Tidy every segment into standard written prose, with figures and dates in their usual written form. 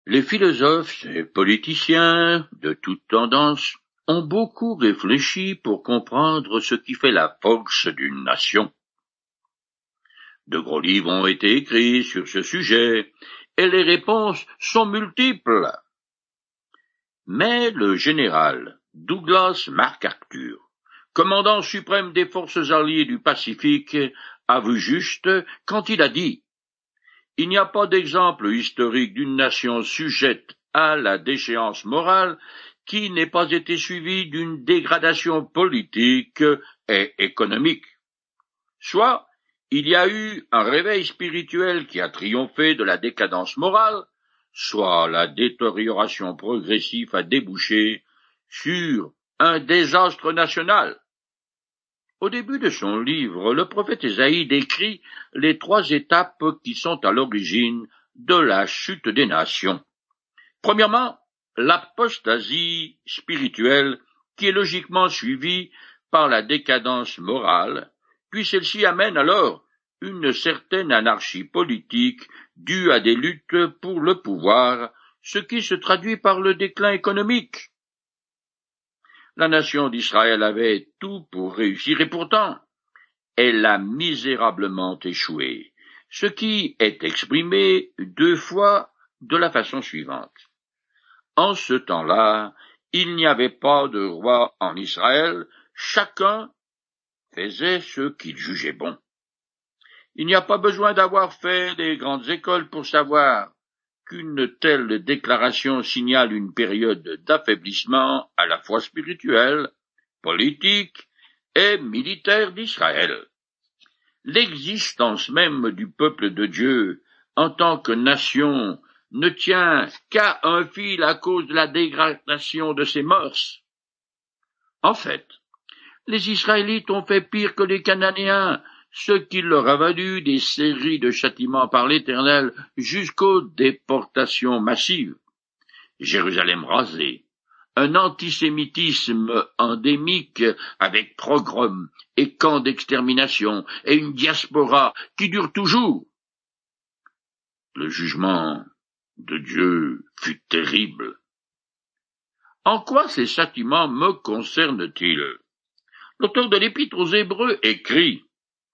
Les philosophes et politiciens de toutes tendances ont beaucoup réfléchi pour comprendre ce qui fait la force d'une nation. De gros livres ont été écrits sur ce sujet, et les réponses sont multiples. Mais le général Douglas MacArthur, commandant suprême des forces alliées du Pacifique, a vu juste quand il a dit: il n'y a pas d'exemple historique d'une nation sujette à la déchéance morale qui n'ait pas été suivie d'une dégradation politique et économique. Soit il y a eu un réveil spirituel qui a triomphé de la décadence morale, soit la détérioration progressive a débouché sur un désastre national. Au début de son livre, le prophète Ésaïe décrit les 3 étapes qui sont à l'origine de la chute des nations. Premièrement, l'apostasie spirituelle, qui est logiquement suivie par la décadence morale, puis celle-ci amène alors une certaine anarchie politique due à des luttes pour le pouvoir, ce qui se traduit par le déclin économique. La nation d'Israël avait tout pour réussir et pourtant, elle a misérablement échoué, ce qui est exprimé 2 fois de la façon suivante. En ce temps-là, il n'y avait pas de roi en Israël, chacun faisait ce qu'il jugeait bon. Il n'y a pas besoin d'avoir fait des grandes écoles pour savoir qu'une telle déclaration signale une période d'affaiblissement à la fois spirituel, politique et militaire d'Israël. L'existence même du peuple de Dieu en tant que nation ne tient qu'à un fil à cause de la dégradation de ses mœurs. En fait, les Israélites ont fait pire que les Cananéens, ce qui leur a valu des séries de châtiments par l'Éternel jusqu'aux déportations massives. Jérusalem rasée, un antisémitisme endémique avec pogroms et camps d'extermination et une diaspora qui dure toujours. Le jugement de Dieu fut terrible. En quoi ces châtiments me concernent-ils? L'auteur de l'Épître aux Hébreux écrit: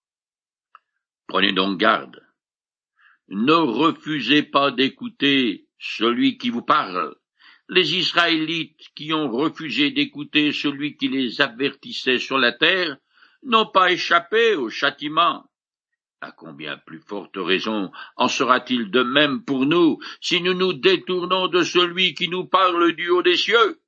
prenez donc garde, ne refusez pas d'écouter celui qui vous parle. Les Israélites qui ont refusé d'écouter celui qui les avertissait sur la terre n'ont pas échappé au châtiment. À combien plus forte raison en sera-t-il de même pour nous si nous nous détournons de celui qui nous parle du haut des cieux?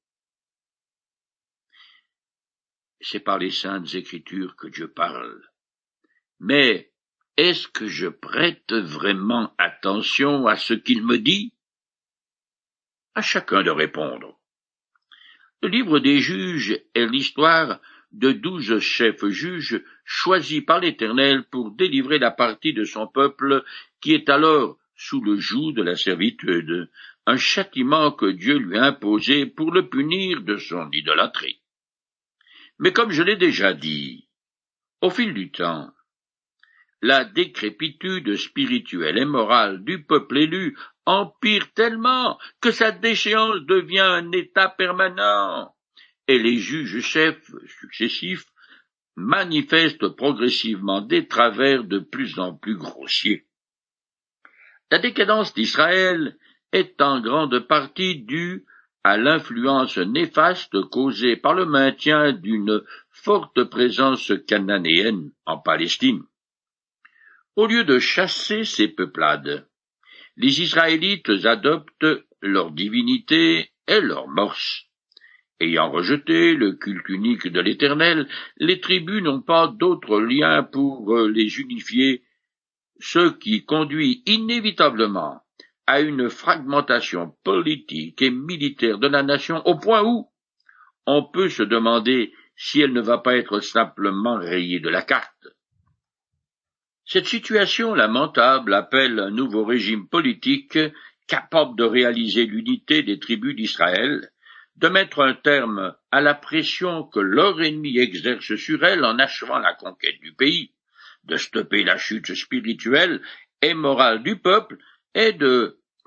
C'est par les saintes écritures que Dieu parle. Mais est-ce que je prête vraiment attention à ce qu'il me dit? À chacun de répondre. Le livre des juges est l'histoire de 12 chefs juges choisis par l'Éternel pour délivrer la partie de son peuple qui est alors sous le joug de la servitude, un châtiment que Dieu lui a imposé pour le punir de son idolâtrie. Mais comme je l'ai déjà dit, au fil du temps, la décrépitude spirituelle et morale du peuple élu empire tellement que sa déchéance devient un état permanent, et les juges-chefs successifs manifestent progressivement des travers de plus en plus grossiers. La décadence d'Israël est en grande partie due à l'influence néfaste causée par le maintien d'une forte présence cananéenne en Palestine. Au lieu de chasser ces peuplades, les Israélites adoptent leur divinité et leurs mœurs. Ayant rejeté le culte unique de l'Éternel, les tribus n'ont pas d'autre lien pour les unifier, ce qui conduit inévitablement à une fragmentation politique et militaire de la nation au point où on peut se demander si elle ne va pas être simplement rayée de la carte. Cette situation lamentable appelle un nouveau régime politique capable de réaliser l'unité des tribus d'Israël, de mettre un terme à la pression que leur ennemi exerce sur elles en achevant la conquête du pays, de stopper la chute spirituelle et morale du peuple et de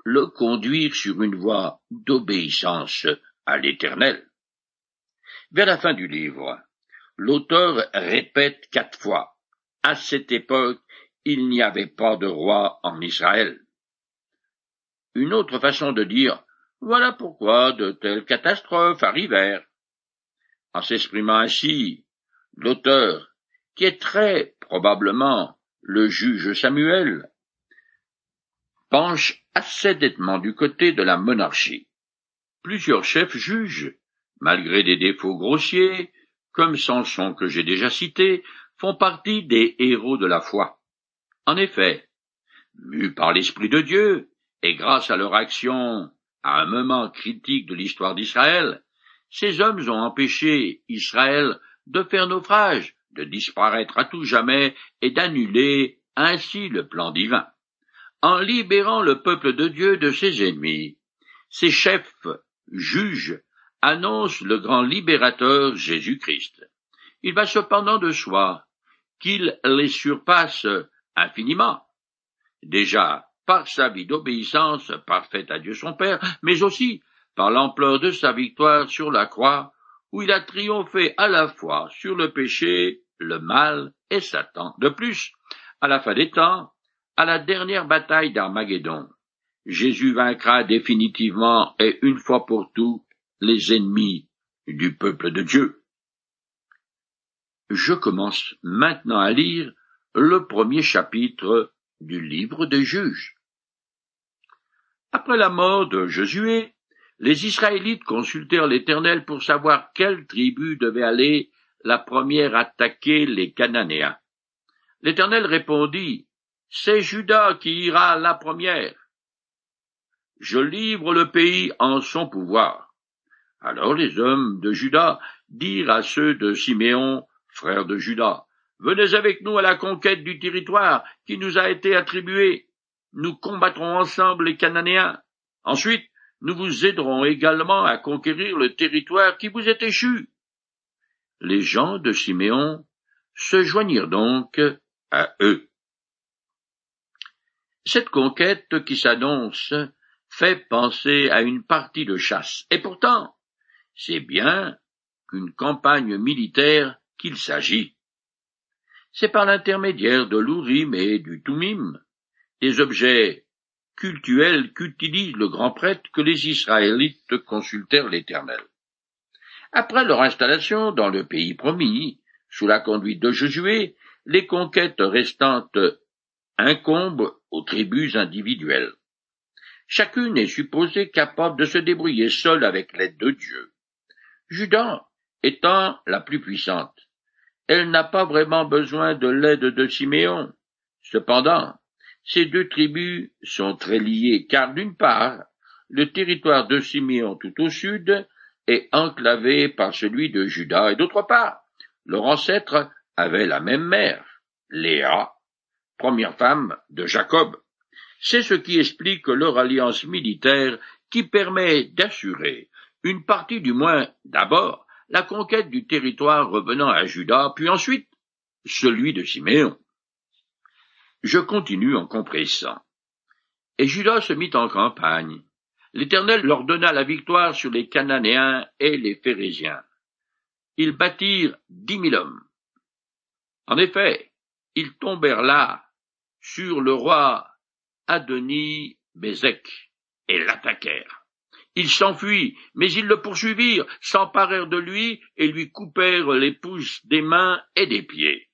le conduire sur une voie d'obéissance à l'Éternel. Vers la fin du livre, l'auteur répète 4 fois « À cette époque, il n'y avait pas de roi en Israël ». Une autre façon de dire « Voilà pourquoi de telles catastrophes arrivèrent ». En s'exprimant ainsi, l'auteur, qui est très probablement le juge Samuel, penche assez nettement du côté de la monarchie. Plusieurs chefs juges, malgré des défauts grossiers, comme Samson que j'ai déjà cité, font partie des héros de la foi. En effet, mus par l'Esprit de Dieu, et grâce à leur action à un moment critique de l'histoire d'Israël, ces hommes ont empêché Israël de faire naufrage, de disparaître à tout jamais et d'annuler ainsi le plan divin. En libérant le peuple de Dieu de ses ennemis, ces chefs juges annoncent le grand libérateur Jésus-Christ. Il va cependant de soi qu'il les surpasse infiniment, déjà par sa vie d'obéissance parfaite à Dieu son Père, mais aussi par l'ampleur de sa victoire sur la croix, où il a triomphé à la fois sur le péché, le mal et Satan. De plus, à la fin des temps, à la dernière bataille d'Armageddon, Jésus vaincra définitivement et une fois pour toutes les ennemis du peuple de Dieu. Je commence maintenant à lire le premier chapitre du livre des Juges. Après la mort de Josué, les Israélites consultèrent l'Éternel pour savoir quelle tribu devait aller la première attaquer les Cananéens. L'Éternel répondit, « C'est Juda qui ira la première. Je livre le pays en son pouvoir. » Alors les hommes de Juda dirent à ceux de Siméon, frère de Juda, « Venez avec nous à la conquête du territoire qui nous a été attribué. Nous combattrons ensemble les Cananéens. Ensuite, nous vous aiderons également à conquérir le territoire qui vous est échu. » Les gens de Siméon se joignirent donc à eux. Cette conquête qui s'annonce fait penser à une partie de chasse, et pourtant, c'est bien qu'une campagne militaire qu'il s'agit. C'est par l'intermédiaire de l'Urim et du Thummim, des objets cultuels qu'utilise le grand prêtre, que les Israélites consultèrent l'Éternel. Après leur installation dans le pays promis, sous la conduite de Josué, les conquêtes restantes incombent aux tribus individuelles. Chacune est supposée capable de se débrouiller seule avec l'aide de Dieu. Juda étant la plus puissante, elle n'a pas vraiment besoin de l'aide de Siméon. Cependant, ces deux tribus sont très liées, car d'une part, le territoire de Siméon tout au sud est enclavé par celui de Juda, et d'autre part, leur ancêtre avait la même mère, Léa, première femme de Jacob. C'est ce qui explique leur alliance militaire qui permet d'assurer, une partie du moins d'abord, la conquête du territoire revenant à Juda, puis ensuite celui de Siméon. Je continue en compressant. Et Juda se mit en campagne. L'Éternel leur donna la victoire sur les Cananéens et les Phérésiens. Ils battirent 10 000 hommes. En effet, ils tombèrent là sur le roi Adoni-Bézek et l'attaquèrent. Ils s'enfuient, mais ils le poursuivirent, s'emparèrent de lui et lui coupèrent les pouces des mains et des pieds.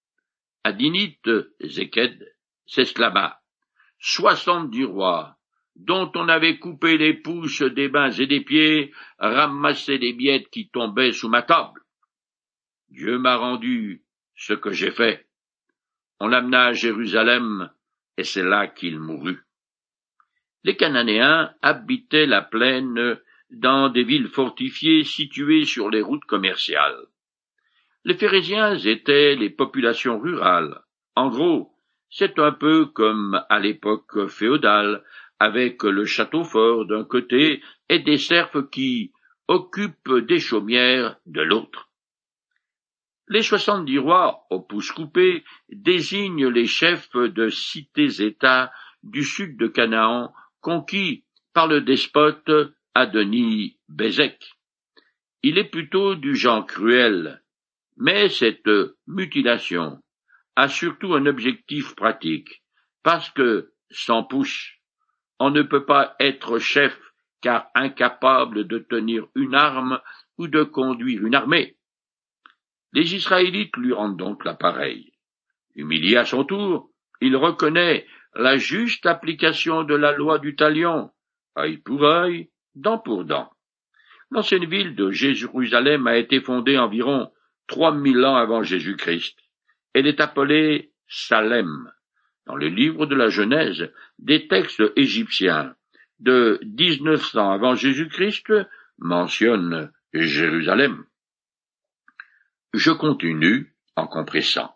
Adinite-Zéked s'exclama, 70 rois, dont on avait coupé les pouces des mains et des pieds, ramassaient les miettes qui tombaient sous ma table. Dieu m'a rendu ce que j'ai fait. On l'amena à Jérusalem, et c'est là qu'il mourut. Les Cananéens habitaient la plaine dans des villes fortifiées situées sur les routes commerciales. Les Phérésiens étaient les populations rurales. En gros, c'est un peu comme à l'époque féodale, avec le château fort d'un côté et des serfs qui occupent des chaumières de l'autre. Les 70 rois aux pouces coupés désignent les chefs de cités-États du sud de Canaan conquis par le despote Adoni Bezek. Il est plutôt du genre cruel, mais cette mutilation a surtout un objectif pratique, parce que, sans push, on ne peut pas être chef car incapable de tenir une arme ou de conduire une armée. Les Israélites lui rendent donc l'appareil. Humilié à son tour, il reconnaît la juste application de la loi du talion, œil pour œil, dent pour dent. L'ancienne ville de Jérusalem a été fondée environ 3000 ans avant Jésus-Christ. Elle est appelée Salem. Dans le livre de la Genèse, des textes égyptiens de 1900 avant Jésus-Christ mentionnent Jérusalem. Je continue en compressant.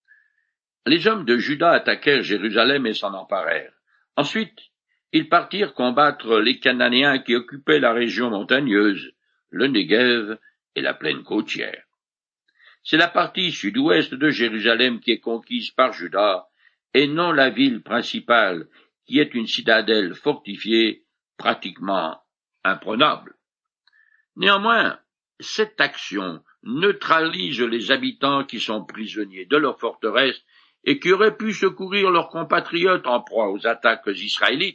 Les hommes de Juda attaquèrent Jérusalem et s'en emparèrent. Ensuite, ils partirent combattre les Cananéens qui occupaient la région montagneuse, le Néguev et la plaine côtière. C'est la partie sud-ouest de Jérusalem qui est conquise par Juda, et non la ville principale, qui est une citadelle fortifiée, pratiquement imprenable. Néanmoins, cette action neutralise les habitants qui sont prisonniers de leur forteresse et qui auraient pu secourir leurs compatriotes en proie aux attaques israélites.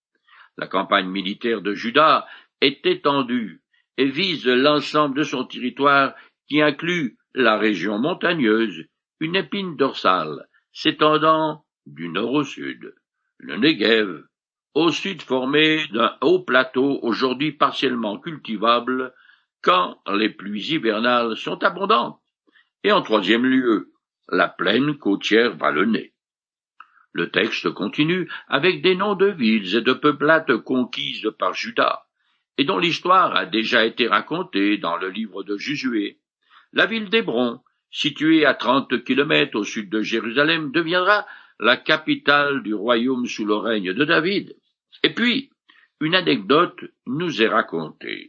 La campagne militaire de Juda est étendue et vise l'ensemble de son territoire qui inclut la région montagneuse, une épine dorsale s'étendant du nord au sud, le Néguev, au sud formé d'un haut plateau aujourd'hui partiellement cultivable quand les pluies hivernales sont abondantes, et en troisième lieu, la plaine côtière vallonnée. Le texte continue avec des noms de villes et de peuplades conquises par Juda, et dont l'histoire a déjà été racontée dans le livre de Josué. La ville d'Hébron, située à 30 kilomètres au sud de Jérusalem, deviendra la capitale du royaume sous le règne de David. Et puis, une anecdote nous est racontée.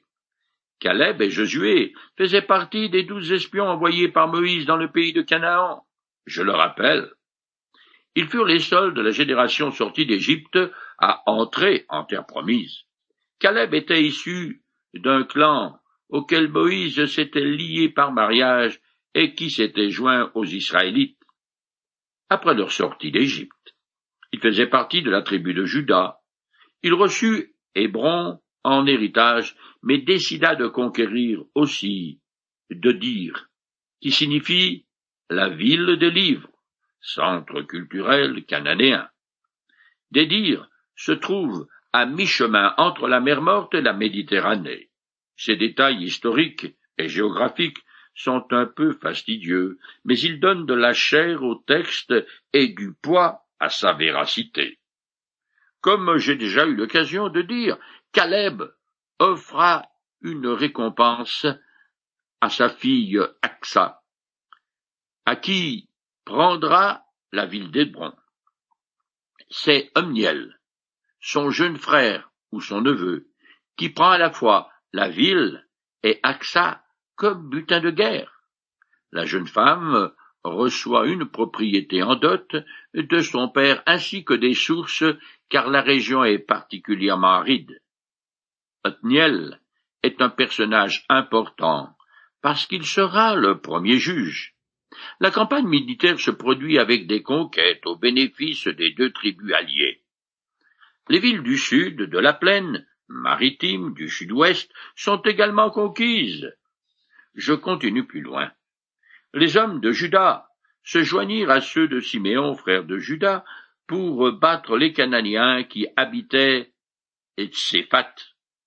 Caleb et Josué faisaient partie des 12 espions envoyés par Moïse dans le pays de Canaan. Je le rappelle. Ils furent les seuls de la génération sortie d'Égypte à entrer en terre promise. Caleb était issu d'un clan auquel Moïse s'était lié par mariage et qui s'était joint aux Israélites. Après leur sortie d'Égypte, il faisait partie de la tribu de Juda. Il reçut Hébron en héritage, mais décida de conquérir aussi de Dir, qui signifie la ville des livres, centre culturel cananéen. Dir se trouve à mi-chemin entre la mer Morte et la Méditerranée. Ces détails historiques et géographiques sont un peu fastidieux, mais ils donnent de la chair au texte et du poids à sa véracité. Comme j'ai déjà eu l'occasion de dire, Caleb offra une récompense à sa fille Aksa, à qui prendra la ville d'Hébron. C'est Omniel, son jeune frère ou son neveu, qui prend à la fois la ville et Aksa comme butin de guerre. La jeune femme reçoit une propriété en dot de son père ainsi que des sources, car la région est particulièrement aride. Othniel est un personnage important parce qu'il sera le premier juge. La campagne militaire se produit avec des conquêtes au bénéfice des deux tribus alliées. Les villes du sud, de la plaine maritime du sud-ouest, sont également conquises. Je continue plus loin. Les hommes de Juda se joignirent à ceux de Siméon, frère de Juda, pour battre les Cananéens qui habitaient Tséphat.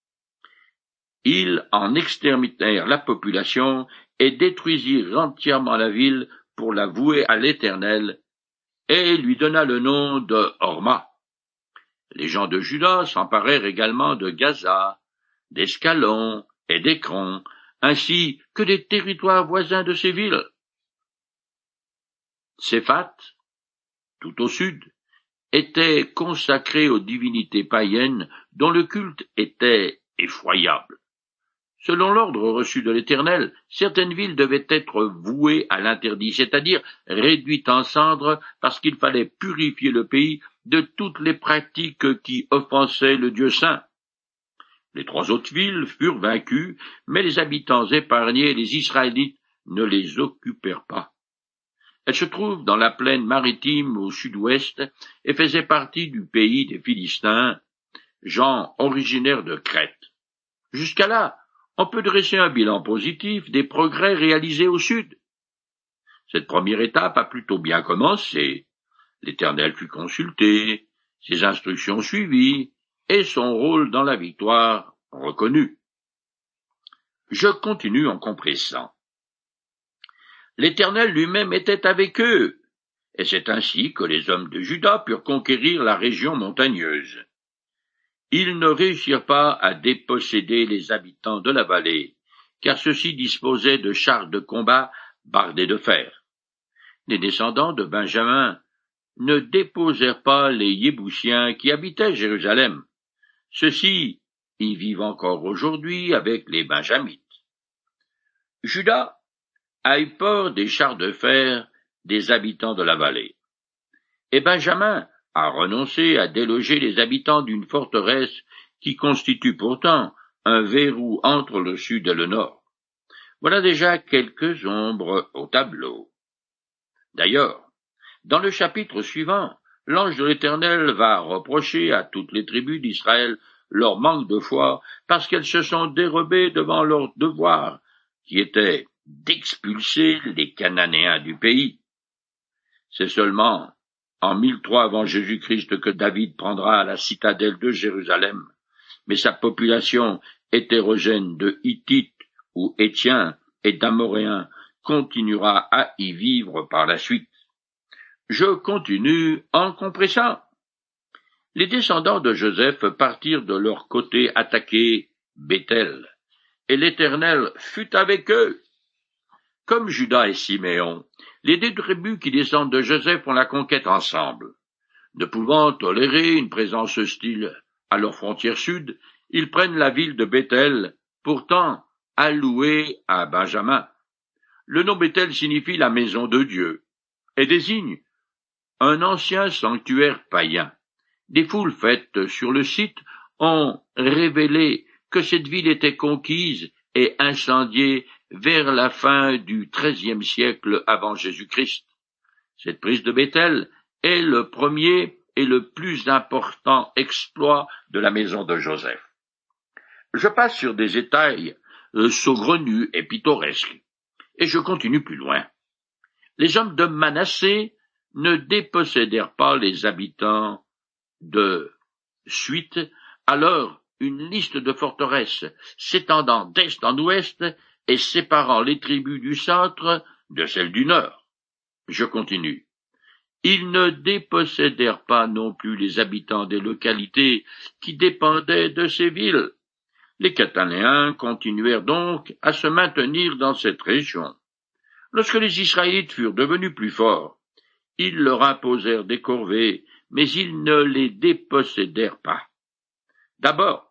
Ils en exterminèrent la population et détruisirent entièrement la ville pour la vouer à l'Éternel, et lui donna le nom de Horma. Les gens de Juda s'emparèrent également de Gaza, d'Escalon et d'Écron, ainsi que des territoires voisins de ces villes. Tséphat, tout au sud, était consacré aux divinités païennes dont le culte était effroyable. Selon l'ordre reçu de l'Éternel, certaines villes devaient être vouées à l'interdit, c'est-à-dire réduites en cendres parce qu'il fallait purifier le pays de toutes les pratiques qui offensaient le Dieu saint. Les 3 autres villes furent vaincues, mais les habitants épargnés et les Israélites ne les occupèrent pas. Elles se trouvent dans la plaine maritime au sud-ouest et faisaient partie du pays des Philistins, gens originaires de Crète. Jusqu'à là, on peut dresser un bilan positif des progrès réalisés au sud. Cette première étape a plutôt bien commencé. L'Éternel fut consulté, ses instructions suivies, et son rôle dans la victoire reconnu. Je continue en compressant. L'Éternel lui-même était avec eux, et c'est ainsi que les hommes de Juda purent conquérir la région montagneuse. Ils ne réussirent pas à déposséder les habitants de la vallée, car ceux-ci disposaient de chars de combat bardés de fer. Les descendants de Benjamin ne déposèrent pas les Yébousiens qui habitaient Jérusalem. Ceux-ci y vivent encore aujourd'hui avec les Benjamites. Juda a eu peur des chars de fer des habitants de la vallée, et Benjamin a renoncé à déloger les habitants d'une forteresse qui constitue pourtant un verrou entre le sud et le nord. Voilà déjà quelques ombres au tableau. D'ailleurs, dans le chapitre suivant, l'ange de l'Éternel va reprocher à toutes les tribus d'Israël leur manque de foi parce qu'elles se sont dérobées devant leur devoir, qui était d'expulser les Cananéens du pays. C'est seulement en 1003 avant Jésus-Christ que David prendra la citadelle de Jérusalem, mais sa population hétérogène de Hittites ou Étiens et d'Amoréens continuera à y vivre par la suite. Je continue en compressant. Les descendants de Joseph partirent de leur côté attaquer Béthel, et l'Éternel fut avec eux. Comme Judas et Siméon, les 2 tribus qui descendent de Joseph font la conquête ensemble. Ne pouvant tolérer une présence hostile à leur frontière sud, ils prennent la ville de Béthel, pourtant allouée à Benjamin. Le nom Béthel signifie la maison de Dieu, et désigne un ancien sanctuaire païen. Des foules faites sur le site ont révélé que cette ville était conquise et incendiée vers la fin du XIIIe siècle avant Jésus-Christ. Cette prise de Béthel est le premier et le plus important exploit de la maison de Joseph. Je passe sur des détails saugrenus et pittoresques, et je continue plus loin. Les hommes de Manassé ne dépossédèrent pas les habitants de suite, alors une liste de forteresses s'étendant d'est en ouest et séparant les tribus du centre de celles du nord. Je continue. Ils ne dépossédèrent pas non plus les habitants des localités qui dépendaient de ces villes. Les Cananéens continuèrent donc à se maintenir dans cette région. Lorsque les Israélites furent devenus plus forts, ils leur imposèrent des corvées, mais ils ne les dépossédèrent pas. D'abord,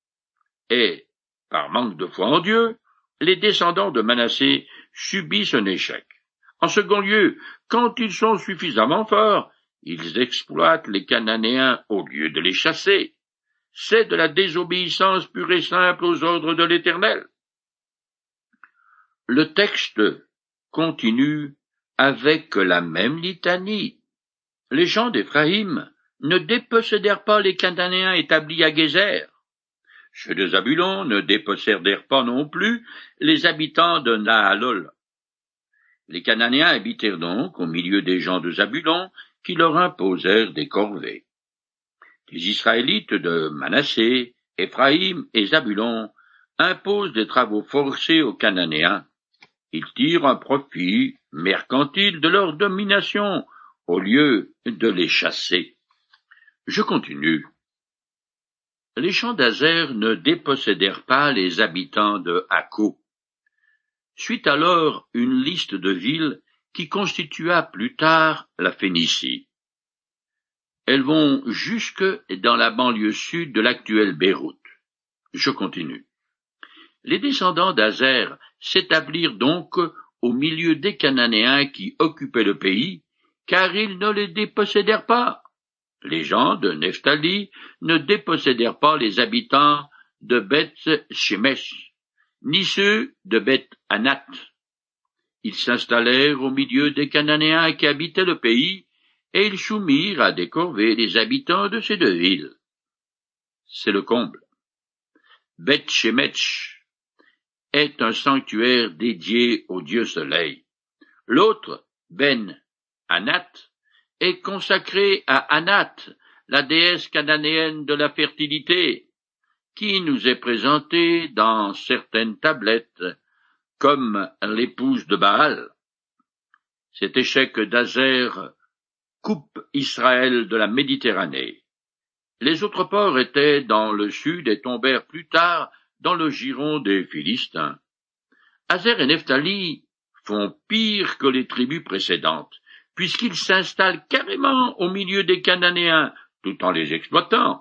et par manque de foi en Dieu, les descendants de Manassé subissent un échec. En second lieu, quand ils sont suffisamment forts, ils exploitent les Cananéens au lieu de les chasser. C'est de la désobéissance pure et simple aux ordres de l'Éternel. Le texte continue avec la même litanie. Les gens d'Éphraïm ne dépossédèrent pas les Cananéens établis à Gézer. Ceux de Zabulon ne dépossédèrent pas non plus les habitants de Nahalol. Les Cananéens habitèrent donc au milieu des gens de Zabulon qui leur imposèrent des corvées. Les Israélites de Manassé, Éphraïm et Zabulon imposent des travaux forcés aux Cananéens. Ils tirent un profit mercantile de leur domination au lieu de les chasser. Je continue. Les champs d'Azer ne dépossédèrent pas les habitants de Akko. Suit alors une liste de villes qui constitua plus tard la Phénicie. Elles vont jusque dans la banlieue sud de l'actuelle Beyrouth. Je continue. Les descendants d'Azer s'établirent donc au milieu des Cananéens qui occupaient le pays, car ils ne les dépossédèrent pas. Les gens de Nephtali ne dépossédèrent pas les habitants de Beth-Shemesh, ni ceux de Beth-Anath. Ils s'installèrent au milieu des Cananéens qui habitaient le pays, et ils soumirent à des corvées les habitants de ces deux villes. C'est le comble. Beth-Shemesh est un sanctuaire dédié au dieu soleil. L'autre, Ben-Anath, est consacré à Anath, la déesse cananéenne de la fertilité, qui nous est présentée dans certaines tablettes comme l'épouse de Baal. Cet échec d'Azer coupe Israël de la Méditerranée. Les autres ports étaient dans le sud et tombèrent plus tard dans le giron des Philistins. Azer et Nephtali font pire que les tribus précédentes, puisqu'ils s'installent carrément au milieu des Cananéens, tout en les exploitant.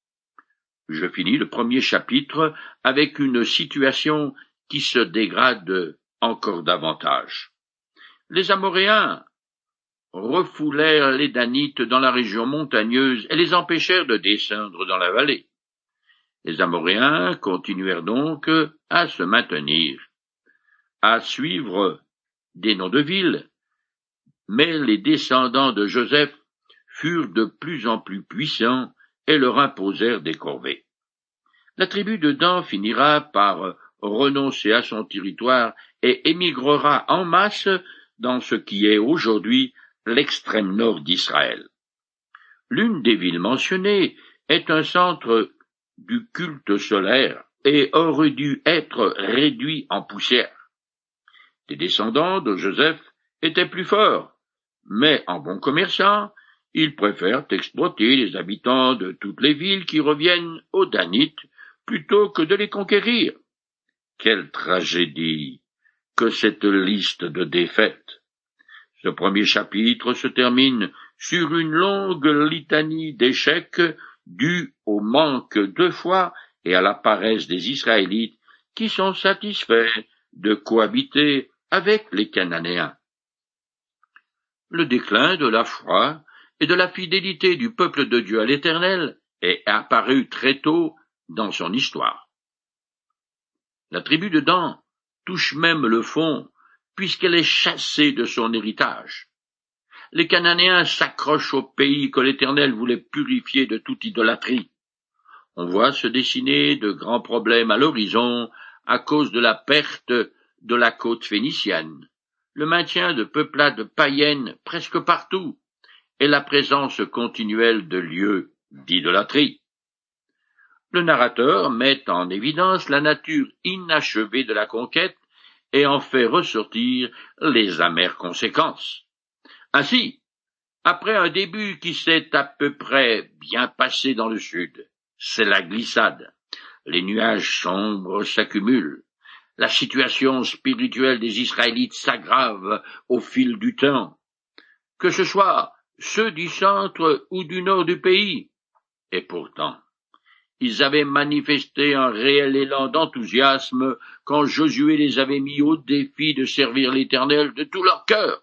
Je finis le premier chapitre avec une situation qui se dégrade encore davantage. Les Amoréens refoulèrent les Danites dans la région montagneuse et les empêchèrent de descendre dans la vallée. Les Amoréens continuèrent donc à se maintenir, à suivre des noms de villes, mais les descendants de Joseph furent de plus en plus puissants et leur imposèrent des corvées. La tribu de Dan finira par renoncer à son territoire et émigrera en masse dans ce qui est aujourd'hui l'extrême nord d'Israël. L'une des villes mentionnées est un centre du culte solaire et aurait dû être réduit en poussière. Les descendants de Joseph étaient plus forts, mais en bons commerçants, ils préfèrent exploiter les habitants de toutes les villes qui reviennent aux Danites plutôt que de les conquérir. Quelle tragédie que cette liste de défaites! Ce premier chapitre se termine sur une longue litanie d'échecs dus au manque de foi et à la paresse des Israélites qui sont satisfaits de cohabiter avec les Cananéens. Le déclin de la foi et de la fidélité du peuple de Dieu à l'Éternel est apparu très tôt dans son histoire. La tribu de Dan touche même le fond, puisqu'elle est chassée de son héritage. Les Cananéens s'accrochent au pays que l'Éternel voulait purifier de toute idolâtrie. On voit se dessiner de grands problèmes à l'horizon à cause de la perte de la côte phénicienne, le maintien de peuplades païennes presque partout, et la présence continuelle de lieux d'idolâtrie. Le narrateur met en évidence la nature inachevée de la conquête et en fait ressortir les amères conséquences. Ainsi, après un début qui s'est à peu près bien passé dans le sud, c'est la glissade. Les nuages sombres s'accumulent. La situation spirituelle des Israélites s'aggrave au fil du temps, que ce soit ceux du centre ou du nord du pays. Et pourtant, ils avaient manifesté un réel élan d'enthousiasme quand Josué les avait mis au défi de servir l'Éternel de tout leur cœur.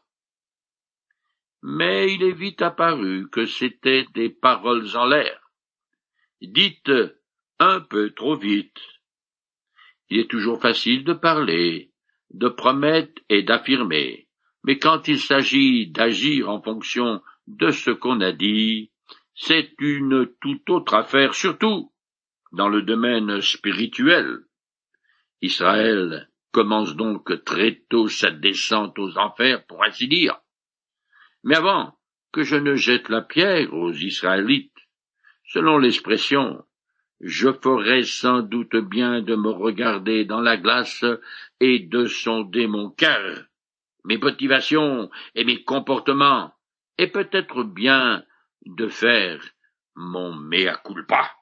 Mais il est vite apparu que c'étaient des paroles en l'air, dites un peu trop vite. Il est toujours facile de parler, de promettre et d'affirmer, mais quand il s'agit d'agir en fonction de ce qu'on a dit, c'est une toute autre affaire, surtout dans le domaine spirituel. Israël commence donc très tôt sa descente aux enfers, pour ainsi dire. Mais avant que je ne jette la pierre aux Israélites, selon l'expression, je ferais sans doute bien de me regarder dans la glace et de sonder mon cœur, mes motivations et mes comportements, et peut-être bien de faire mon mea culpa.